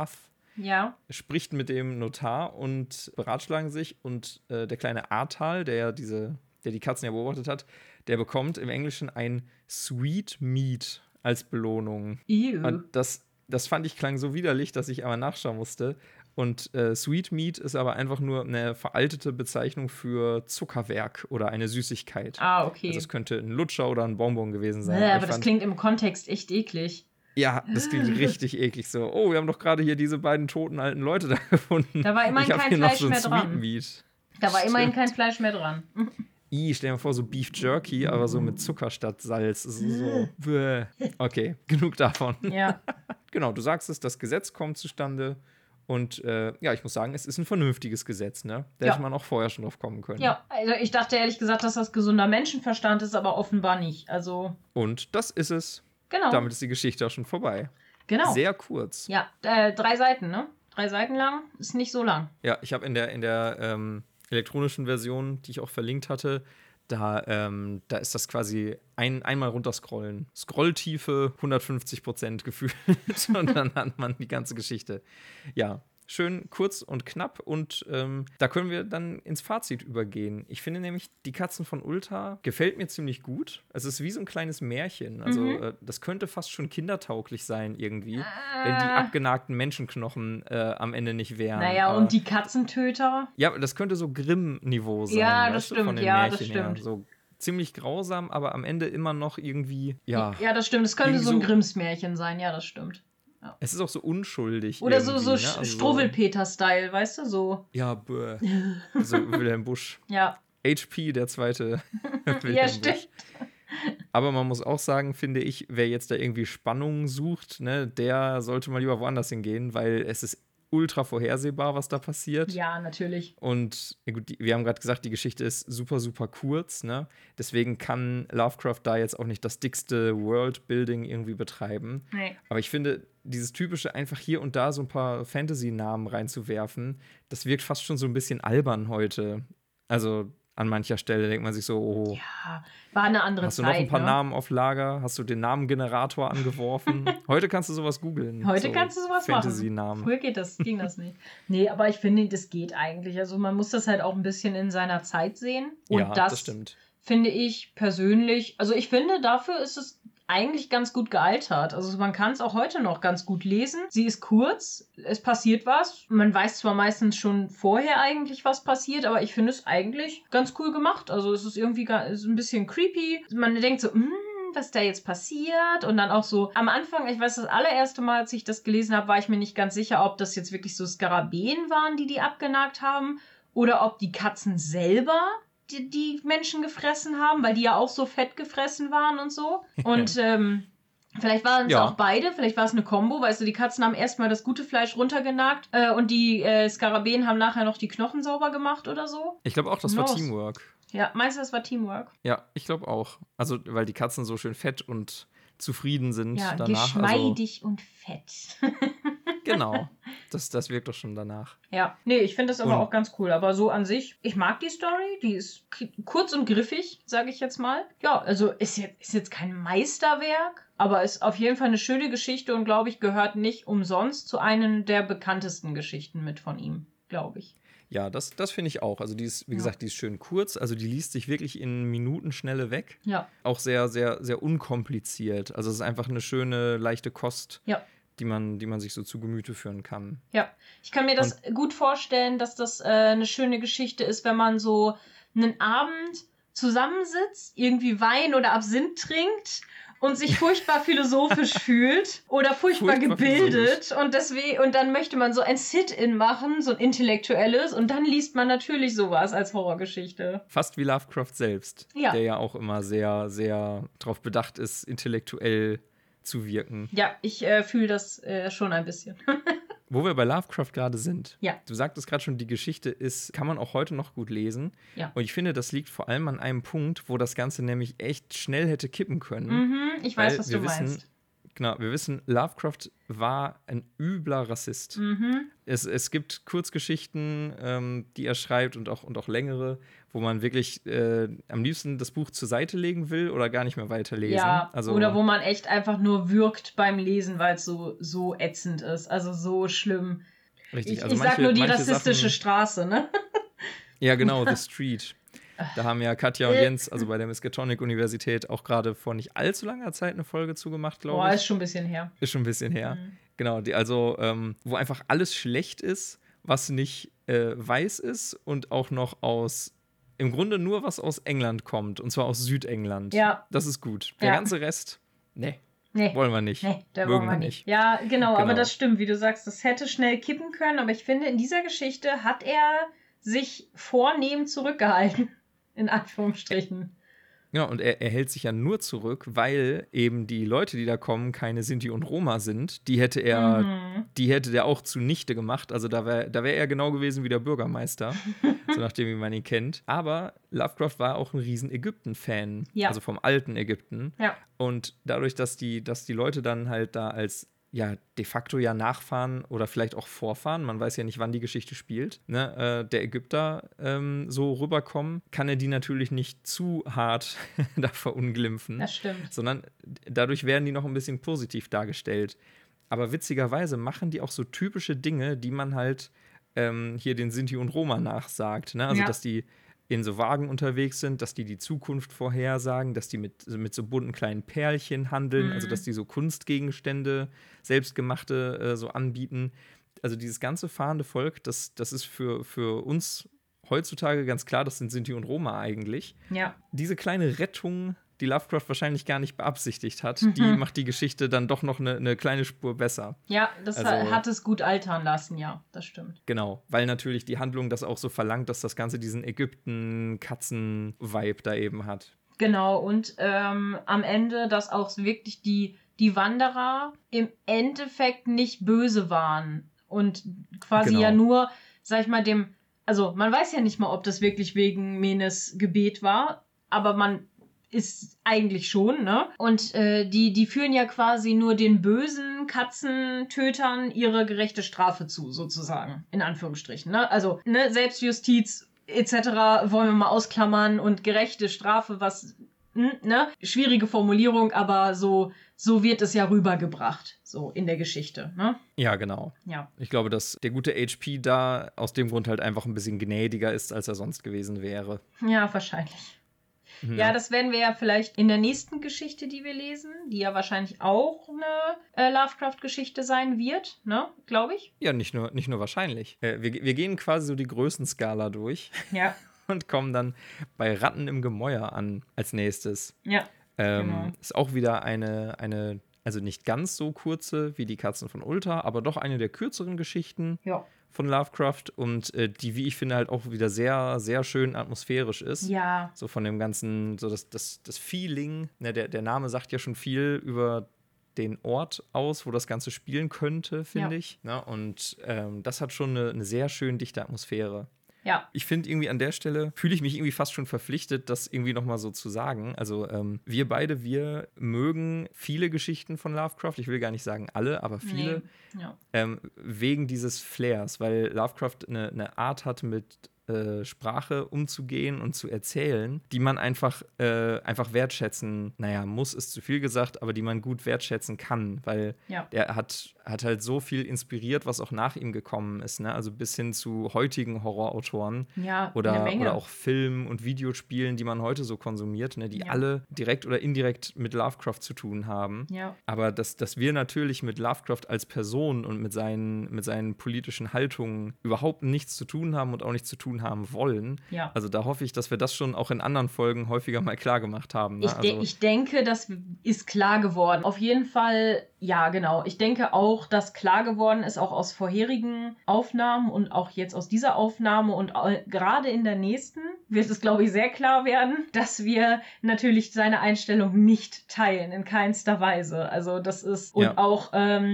Ja. spricht mit dem Notar und beratschlagen sich. Und der kleine Ahrtal, der die Katzen ja beobachtet hat, der bekommt im Englischen ein Sweet Meat als Belohnung. Ew. Und das fand ich klang so widerlich, dass ich aber nachschauen musste. Und Sweet Meat ist aber einfach nur eine veraltete Bezeichnung für Zuckerwerk oder eine Süßigkeit. Ah, okay. Also es könnte ein Lutscher oder ein Bonbon gewesen sein. Aber das klingt im Kontext echt eklig. Ja, das klingt richtig eklig so. Oh, wir haben doch gerade hier diese beiden toten alten Leute da gefunden. Da war immerhin kein Fleisch mehr dran. Meat. Da war immerhin kein Fleisch mehr dran. Stell dir mal vor, so Beef Jerky, aber so mit Zucker statt Salz. Das ist so. Bäh. Okay, genug davon. Ja. Genau, du sagst es, das Gesetz kommt zustande. Und ich muss sagen, es ist ein vernünftiges Gesetz, ne? Da hätte man auch vorher schon drauf kommen können. Ja, also ich dachte ehrlich gesagt, dass das gesunder Menschenverstand ist, aber offenbar nicht. Also. Und das ist es. Genau. Damit ist die Geschichte auch schon vorbei. Genau. Sehr kurz. Ja, 3 Seiten, ne? 3 Seiten lang, ist nicht so lang. Ja, ich habe in der elektronischen Version, die ich auch verlinkt hatte, da ist das quasi einmal runterscrollen. Scrolltiefe 150% gefühlt und dann hat man die ganze Geschichte. Ja, schön kurz und knapp und da können wir dann ins Fazit übergehen. Ich finde nämlich, die Katzen von Ulta gefällt mir ziemlich gut. Es ist wie so ein kleines Märchen. Also das könnte fast schon kindertauglich sein irgendwie, wenn die abgenagten Menschenknochen am Ende nicht wären. Naja, und die Katzentöter? Ja, das könnte so Grimm-Niveau sein. Ja, das stimmt. Von den Ja, Märchen das stimmt. her. So ziemlich grausam, aber am Ende immer noch irgendwie, ja. Ja, das stimmt. Es könnte so ein Grimms-Märchen sein. Ja, das stimmt. Ja. Es ist auch so unschuldig. Oder so ne? Also Struwwelpeter-Style, weißt du, so. Ja, so Wilhelm Busch. Ja. HP, der zweite Wilhelm Ja, Busch. stimmt. Aber man muss auch sagen, finde ich, wer jetzt da irgendwie Spannung sucht, ne, der sollte mal lieber woanders hingehen, weil es ist ultra vorhersehbar, was da passiert. Ja, natürlich. Und gut, wir haben gerade gesagt, die Geschichte ist super, super kurz, ne? Deswegen kann Lovecraft da jetzt auch nicht das dickste Worldbuilding irgendwie betreiben. Nee. Aber ich finde, dieses typische einfach hier und da so ein paar Fantasy-Namen reinzuwerfen, das wirkt fast schon so ein bisschen albern heute. Also an mancher Stelle denkt man sich so, oh. Ja, war eine andere Zeit. Hast du noch ein paar ne? Namen auf Lager? Hast du den Namengenerator angeworfen? Heute kannst du sowas googeln. Heute kannst du sowas Fantasy-Namen. machen. Früher ging das nicht. Nee, aber ich finde, das geht eigentlich. Also man muss das halt auch ein bisschen in seiner Zeit sehen. Und Ja, das stimmt. Finde ich persönlich, also ich finde, dafür ist es eigentlich ganz gut gealtert. Also man kann es auch heute noch ganz gut lesen. Sie ist kurz, es passiert was. Man weiß zwar meistens schon vorher eigentlich, was passiert, aber ich finde es eigentlich ganz cool gemacht. Also es ist irgendwie ist ein bisschen creepy. Man denkt so, was ist da jetzt passiert? Und dann auch so, am Anfang, ich weiß, das allererste Mal, als ich das gelesen habe, war ich mir nicht ganz sicher, ob das jetzt wirklich so Skarabäen waren, die abgenagt haben, oder ob die Katzen selber die Menschen gefressen haben, weil die ja auch so fett gefressen waren und so. Und vielleicht waren es auch beide, vielleicht war es eine Kombo, weißt du, die Katzen haben erstmal das gute Fleisch runtergenagt und die Skarabäen haben nachher noch die Knochen sauber gemacht oder so. Ich glaube auch, das war Teamwork. Ja, meinst du, das war Teamwork? Ja, ich glaube auch. Also, weil die Katzen so schön fett und zufrieden sind danach. Geschmeidig und fett. Genau. Das wirkt doch schon danach. Ja, nee, ich finde das aber Und- auch ganz cool. Aber so an sich, ich mag die Story, die ist kurz und griffig, sage ich jetzt mal. Ja, also ist jetzt kein Meisterwerk, aber ist auf jeden Fall eine schöne Geschichte und glaube ich, gehört nicht umsonst zu einer der bekanntesten Geschichten mit von ihm, glaube ich. Ja, das finde ich auch. Also die ist, wie Ja. gesagt, die ist schön kurz. Also die liest sich wirklich in Minutenschnelle weg. Ja, Auch sehr, sehr, sehr unkompliziert. Also es ist einfach eine schöne, leichte Kost, ja. die man sich so zu Gemüte führen kann. Ja, ich kann mir das gut vorstellen, dass das eine schöne Geschichte ist, wenn man so einen Abend zusammensitzt, irgendwie Wein oder Absinth trinkt und sich furchtbar philosophisch fühlt oder furchtbar gebildet und dann möchte man so ein Sit-in machen, so ein intellektuelles und dann liest man natürlich sowas als Horrorgeschichte. Fast wie Lovecraft selbst, Ja. der ja auch immer sehr, sehr darauf bedacht ist, intellektuell zu wirken. Ja, ich fühle das schon ein bisschen. Wo wir bei Lovecraft gerade sind. Ja. Du sagtest gerade schon, die Geschichte kann man auch heute noch gut lesen. Ja. Und ich finde, das liegt vor allem an einem Punkt, wo das Ganze nämlich echt schnell hätte kippen können. Mhm, ich weiß, Weil was du meinst. Genau, wir wissen, Lovecraft war ein übler Rassist. Mhm. Es gibt Kurzgeschichten, die er schreibt und auch längere, wo man wirklich am liebsten das Buch zur Seite legen will oder gar nicht mehr weiterlesen. Ja, Also, oder wo man echt einfach nur würgt beim Lesen, weil es so ätzend ist. Also so schlimm. richtig. Ich Also sag nur die manche rassistische Sachen, Straße, ne? Ja, genau, The Street. Da haben ja Katja und Jens, also bei der Miskatonic-Universität, auch gerade vor nicht allzu langer Zeit eine Folge zugemacht, glaube Boah, ich. ist schon ein bisschen her. Ist schon ein bisschen her. Genau, wo einfach alles schlecht ist, was nicht weiß ist und auch noch im Grunde nur was aus England kommt, und zwar aus Südengland. Ja. Das ist gut. Der Ja. ganze Rest, nee, Nee. wollen wir nicht. Nee, da Mögen wollen wir nicht. Ja, genau, aber das stimmt, wie du sagst, das hätte schnell kippen können, aber ich finde, in dieser Geschichte hat er sich vornehm zurückgehalten. In Anführungsstrichen. Ja, und er hält sich ja nur zurück, weil eben die Leute, die da kommen, keine Sinti und Roma sind. Die hätte der auch zunichte gemacht. Also da wär er genau gewesen wie der Bürgermeister, so nachdem wie man ihn kennt. Aber Lovecraft war auch ein riesen Ägypten-Fan, Ja. also vom alten Ägypten. Ja. Und dadurch, dass die Leute dann halt da als de facto ja Nachfahren oder vielleicht auch Vorfahren, man weiß ja nicht, wann die Geschichte spielt, ne, der Ägypter so rüberkommen, kann er die natürlich nicht zu hart da verunglimpfen. Das stimmt. Sondern dadurch werden die noch ein bisschen positiv dargestellt. Aber witzigerweise machen die auch so typische Dinge, die man halt hier den Sinti und Roma nachsagt. Ne? Also, dass die in so Wagen unterwegs sind, dass die Zukunft vorhersagen, dass die mit so bunten kleinen Perlchen handeln, also dass die so Kunstgegenstände, selbstgemachte so anbieten. Also dieses ganze fahrende Volk, das ist für uns heutzutage ganz klar, das sind Sinti und Roma eigentlich. Ja. Diese kleine Rettung, die Lovecraft wahrscheinlich gar nicht beabsichtigt hat, die macht die Geschichte dann doch noch eine kleine Spur besser. Ja, das Also- hat es gut altern lassen, ja, das stimmt. Genau, weil natürlich die Handlung das auch so verlangt, dass das Ganze diesen Ägypten-Katzen-Vibe da eben hat. Genau, und am Ende, dass auch wirklich die Wanderer im Endeffekt nicht böse waren und quasi Genau. ja nur, sag ich mal, also man weiß ja nicht mal, ob das wirklich wegen Menes Gebet war, aber man ist eigentlich schon, ne? Und die führen ja quasi nur den bösen Katzentötern ihre gerechte Strafe zu, sozusagen, in Anführungsstrichen, ne? Also, ne, Selbstjustiz etc. wollen wir mal ausklammern und gerechte Strafe, ne? Schwierige Formulierung, aber so wird es ja rübergebracht, so in der Geschichte, ne? Ja, genau. Ja. Ich glaube, dass der gute HP da aus dem Grund halt einfach ein bisschen gnädiger ist, als er sonst gewesen wäre. Ja, wahrscheinlich. Ja, das werden wir ja vielleicht in der nächsten Geschichte, die wir lesen, die ja wahrscheinlich auch eine Lovecraft-Geschichte sein wird, ne, glaube ich. Ja, nicht nur wahrscheinlich. Wir gehen quasi so die Größenskala durch Ja, und kommen dann bei Ratten im Gemäuer an als nächstes. ja, genau. Ist auch wieder eine, also nicht ganz so kurze wie die Katzen von Ulta, aber doch eine der kürzeren Geschichten Ja. von Lovecraft und die, wie ich finde, halt auch wieder sehr, sehr schön atmosphärisch ist. Ja, So von dem ganzen, so das Feeling, ne, der Name sagt ja schon viel über den Ort aus, wo das Ganze spielen könnte, finde ich. Ne? Und das hat schon eine sehr schön dichte Atmosphäre. Ja. Ich finde irgendwie an der Stelle, fühle ich mich irgendwie fast schon verpflichtet, das irgendwie nochmal so zu sagen. Also wir mögen viele Geschichten von Lovecraft. Ich will gar nicht sagen alle, aber viele. Nee. Ja. Wegen dieses Flairs, weil Lovecraft eine Art hat, mit Sprache umzugehen und zu erzählen, die man einfach wertschätzen, muss ist zu viel gesagt, aber die man gut wertschätzen kann, weil der hat halt so viel inspiriert, was auch nach ihm gekommen ist, ne? Also bis hin zu heutigen Horrorautoren oder auch Filmen und Videospielen, die man heute so konsumiert, ne? Die alle direkt oder indirekt mit Lovecraft zu tun haben. Ja. Aber dass wir natürlich mit Lovecraft als Person und mit seinen politischen Haltungen überhaupt nichts zu tun haben und auch nichts zu tun haben wollen. Ja. Also da hoffe ich, dass wir das schon auch in anderen Folgen häufiger mal klar gemacht haben. Ne? Ich denke, das ist klar geworden. Auf jeden Fall, ja, genau. Ich denke auch, dass klar geworden ist, auch aus vorherigen Aufnahmen und auch jetzt aus dieser Aufnahme und gerade in der nächsten wird es, glaube ich, sehr klar werden, dass wir natürlich seine Einstellung nicht teilen, in keinster Weise. Also das ist, und auch,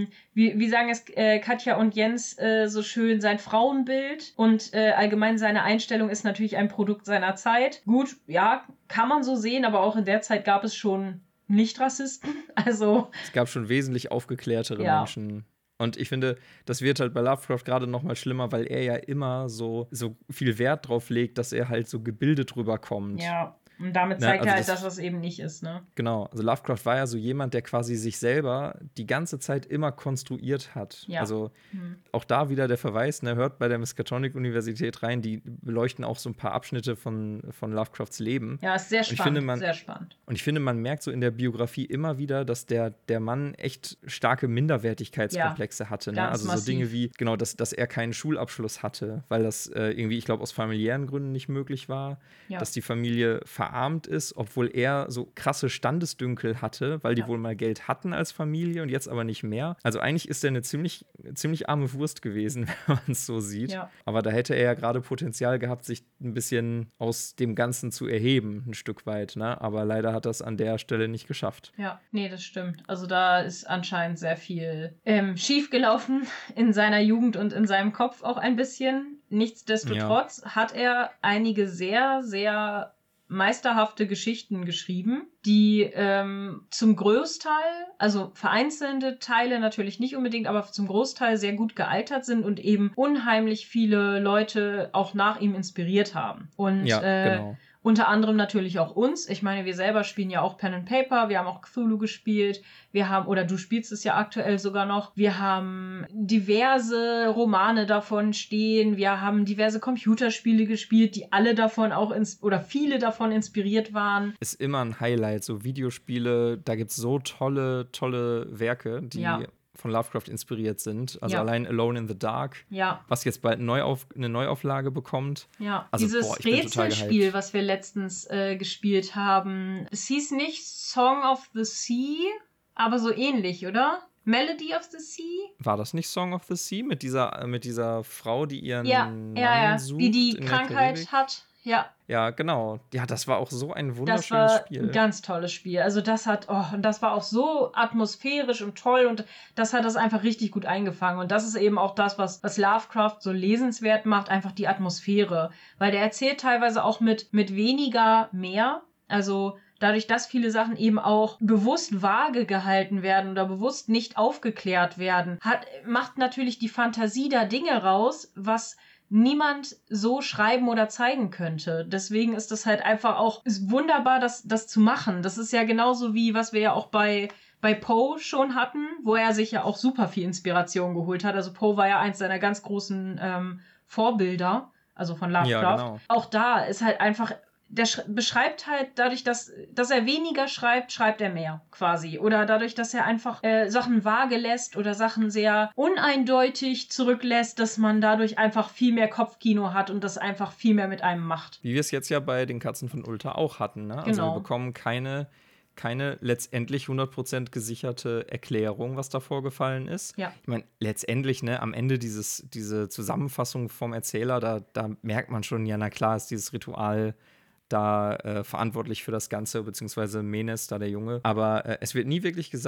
wie sagen es Katja und Jens so schön, sein Frauenbild und allgemein seine Einstellung ist natürlich ein Produkt seiner Zeit. Gut, ja, kann man so sehen, aber auch in der Zeit gab es schon Nicht-Rassisten. Also es gab schon wesentlich aufgeklärtere Menschen. Und ich finde, das wird halt bei Lovecraft gerade noch mal schlimmer, weil er ja immer so viel Wert drauf legt, dass er halt so gebildet rüberkommt. Ja. Und damit zeigt er halt, dass das eben nicht ist, ne? Genau. Also Lovecraft war ja so jemand, der quasi sich selber die ganze Zeit immer konstruiert hat. Ja. Also auch da wieder der Verweis, ne, hört bei der Miskatonic-Universität rein, die beleuchten auch so ein paar Abschnitte von Lovecrafts Leben. Ja, ist sehr spannend, sehr spannend. Und ich finde, man merkt so in der Biografie immer wieder, dass der Mann echt starke Minderwertigkeitskomplexe hatte. Ne? Also massiv. So Dinge wie, genau, dass er keinen Schulabschluss hatte, weil das irgendwie, ich glaube, aus familiären Gründen nicht möglich war, dass die Familie verarmt ist, obwohl er so krasse Standesdünkel hatte, weil die wohl mal Geld hatten als Familie und jetzt aber nicht mehr. Also eigentlich ist er eine ziemlich arme Wurst gewesen, wenn man es so sieht. Ja. Aber da hätte er ja gerade Potenzial gehabt, sich ein bisschen aus dem Ganzen zu erheben, ein Stück weit. Ne? Aber leider hat er es an der Stelle nicht geschafft. Ja, nee, das stimmt. Also da ist anscheinend sehr viel schiefgelaufen in seiner Jugend und in seinem Kopf auch ein bisschen. Nichtsdestotrotz hat er einige sehr, sehr meisterhafte Geschichten geschrieben, die zum Großteil, also vereinzelte Teile natürlich nicht unbedingt, aber zum Großteil sehr gut gealtert sind und eben unheimlich viele Leute auch nach ihm inspiriert haben. Und genau. Unter anderem natürlich auch uns. Ich meine, wir selber spielen ja auch Pen and Paper. Wir haben auch Cthulhu gespielt. Oder du spielst es ja aktuell sogar noch. Wir haben diverse Romane davon stehen. Wir haben diverse Computerspiele gespielt, die alle davon auch viele davon inspiriert waren. Ist immer ein Highlight. So Videospiele, da gibt es so tolle Werke, die von Lovecraft inspiriert sind. Also allein Alone in the Dark, was jetzt bald eine Neuauflage bekommt. Ja, also, dieses Rätselspiel, was wir letztens gespielt haben, es hieß nicht Song of the Sea, aber so ähnlich, oder? Melody of the Sea? War das nicht Song of the Sea mit dieser Frau, die ihren Mann sucht? Die Krankheit hat. Ja, genau. Ja, das war auch so ein wunderschönes Spiel. Das war ein ganz tolles Spiel. Also und das war auch so atmosphärisch und toll und das hat das einfach richtig gut eingefangen. Und das ist eben auch das, was Lovecraft so lesenswert macht, einfach die Atmosphäre. Weil der erzählt teilweise auch mit weniger mehr. Also dadurch, dass viele Sachen eben auch bewusst vage gehalten werden oder bewusst nicht aufgeklärt werden, macht natürlich die Fantasie da Dinge raus, was niemand so schreiben oder zeigen könnte. Deswegen ist das halt einfach auch wunderbar, das zu machen. Das ist ja genauso wie, was wir ja auch bei Poe schon hatten, wo er sich ja auch super viel Inspiration geholt hat. Also Poe war ja eins seiner ganz großen Vorbilder, also von Lovecraft. Ja, genau. Auch da ist halt einfach, der beschreibt halt dadurch, dass er weniger schreibt er mehr quasi. Oder dadurch, dass er einfach Sachen vage lässt oder Sachen sehr uneindeutig zurücklässt, dass man dadurch einfach viel mehr Kopfkino hat und das einfach viel mehr mit einem macht. Wie wir es jetzt ja bei den Katzen von Ulta auch hatten. Ne? Also wir bekommen keine letztendlich 100% gesicherte Erklärung, was da vorgefallen ist. Ja. Ich meine, letztendlich, ne, am Ende diese Zusammenfassung vom Erzähler, da merkt man schon, ja, na klar ist dieses Ritual da verantwortlich für das Ganze, beziehungsweise Menes, da der Junge. Aber es wird nie wirklich gesagt,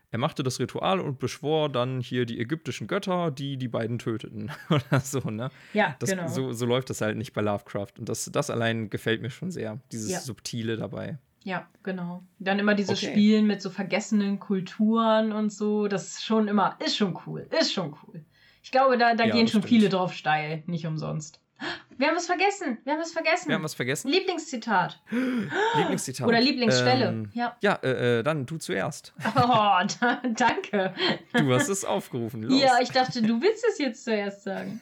er machte das Ritual und beschwor dann hier die ägyptischen Götter, die die beiden töteten oder so, ne? Ja, genau. So läuft das halt nicht bei Lovecraft. Und das allein gefällt mir schon sehr, dieses Subtile dabei. Ja, genau. Dann immer dieses Spielen mit so vergessenen Kulturen und so, das ist schon cool. Ich glaube, da gehen schon viele drauf steil, nicht umsonst. Wir haben was vergessen. Lieblingszitat. Oder Lieblingsstelle. Dann du zuerst. Oh, danke. Du hast es aufgerufen. Los. Ja, ich dachte, du willst es jetzt zuerst sagen.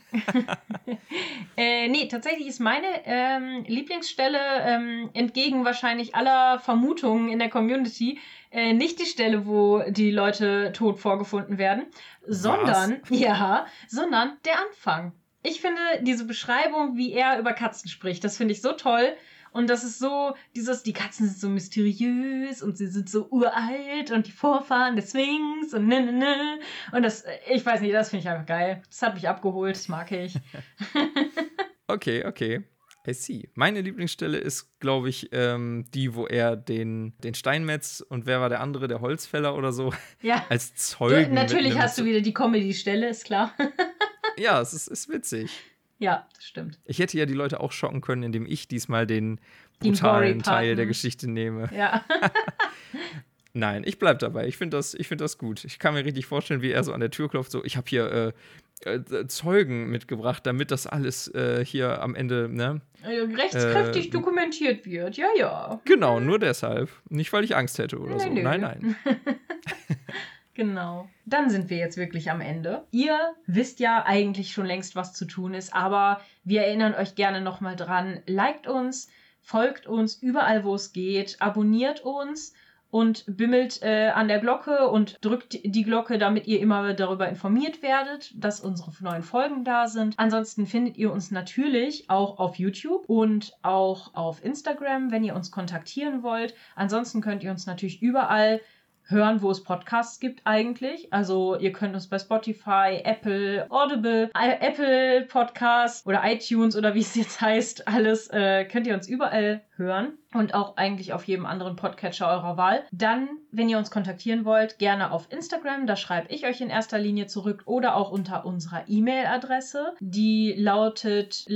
Nee, tatsächlich ist meine Lieblingsstelle entgegen wahrscheinlich aller Vermutungen in der Community nicht die Stelle, wo die Leute tot vorgefunden werden, sondern der Anfang. Ich finde diese Beschreibung, wie er über Katzen spricht, das finde ich so toll. Und das ist so, die Katzen sind so mysteriös und sie sind so uralt und die Vorfahren des Sphinx und ne. Und das, ich weiß nicht, das finde ich einfach geil. Das hat mich abgeholt, das mag ich. Okay. I see. Meine Lieblingsstelle ist, glaube ich, die, wo er den Steinmetz und wer war der andere, der Holzfäller oder so, als Zeugen natürlich hast du wieder die Comedy-Stelle, ist klar. Ja, es ist witzig. Ja, das stimmt. Ich hätte ja die Leute auch schocken können, indem ich diesmal den brutalen Teil der Geschichte nehme. Ja. Nein, ich bleib dabei. Ich finde das gut. Ich kann mir richtig vorstellen, wie er so an der Tür klopft, so, ich habe hier Zeugen mitgebracht, damit das alles hier am Ende, ne? Rechtskräftig dokumentiert wird, ja. Genau, nur deshalb. Nicht, weil ich Angst hätte oder so. Nö. Nein. Genau. Dann sind wir jetzt wirklich am Ende. Ihr wisst ja eigentlich schon längst, was zu tun ist, aber wir erinnern euch gerne nochmal dran. Liked uns, folgt uns überall, wo es geht, abonniert uns und bimmelt an der Glocke und drückt die Glocke, damit ihr immer darüber informiert werdet, dass unsere neuen Folgen da sind. Ansonsten findet ihr uns natürlich auch auf YouTube und auch auf Instagram, wenn ihr uns kontaktieren wollt. Ansonsten könnt ihr uns natürlich überall hören, wo es Podcasts gibt eigentlich. Also ihr könnt uns bei Spotify, Apple, Audible, Apple Podcasts oder iTunes oder wie es jetzt heißt, alles könnt ihr uns überall hören und auch eigentlich auf jedem anderen Podcatcher eurer Wahl. Dann, wenn ihr uns kontaktieren wollt, gerne auf Instagram, da schreibe ich euch in erster Linie zurück oder auch unter unserer E-Mail-Adresse, die lautet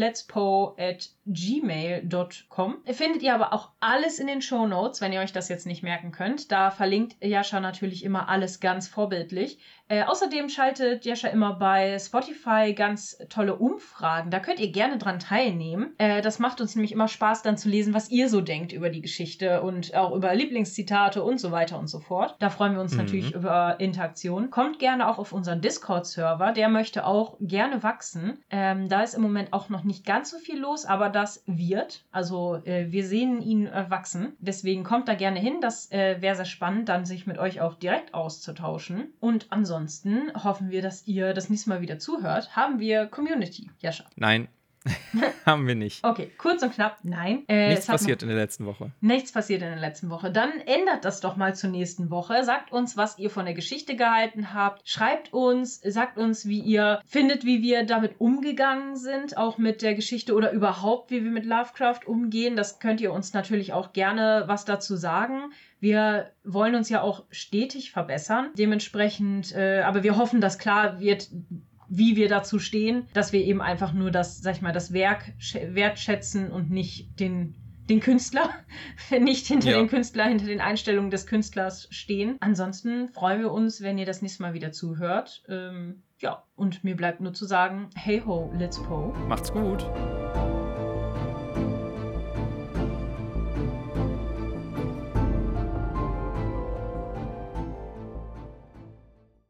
letspo@gmail.com. Findet ihr aber auch alles in den Shownotes, wenn ihr euch das jetzt nicht merken könnt. Da verlinkt Jascha natürlich immer alles ganz vorbildlich. Außerdem schaltet Jascha immer bei Spotify ganz tolle Umfragen. Da könnt ihr gerne dran teilnehmen. Das macht uns nämlich immer Spaß, dann zu lesen, was ihr so denkt über die Geschichte und auch über Lieblingszitate und so weiter und so fort. Da freuen wir uns natürlich über Interaktion. Kommt gerne auch auf unseren Discord-Server. Der möchte auch gerne wachsen. Da ist im Moment auch noch nicht ganz so viel los, aber das wird. Also wir sehen ihn wachsen. Deswegen kommt da gerne hin. Das wäre sehr spannend, dann sich mit euch auch direkt auszutauschen. Und ansonsten hoffen wir, dass ihr das nächste Mal wieder zuhört. Haben wir Community, Jascha? Nein, haben wir nicht. Okay, kurz und knapp, nein. Nichts passiert in der letzten Woche. Nichts passiert in der letzten Woche. Dann ändert das doch mal zur nächsten Woche. Sagt uns, was ihr von der Geschichte gehalten habt. Schreibt uns, sagt uns, wie ihr findet, wie wir damit umgegangen sind, auch mit der Geschichte oder überhaupt, wie wir mit Lovecraft umgehen. Das könnt ihr uns natürlich auch gerne was dazu sagen. Wir wollen uns ja auch stetig verbessern. Dementsprechend, aber wir hoffen, dass klar wird, wie wir dazu stehen, dass wir eben einfach nur das, sag ich mal, das Werk wertschätzen und nicht den Künstler, nicht hinter den Künstler, hinter den Einstellungen des Künstlers stehen. Ansonsten freuen wir uns, wenn ihr das nächste Mal wieder zuhört. Und mir bleibt nur zu sagen, hey ho, let's po. Macht's gut.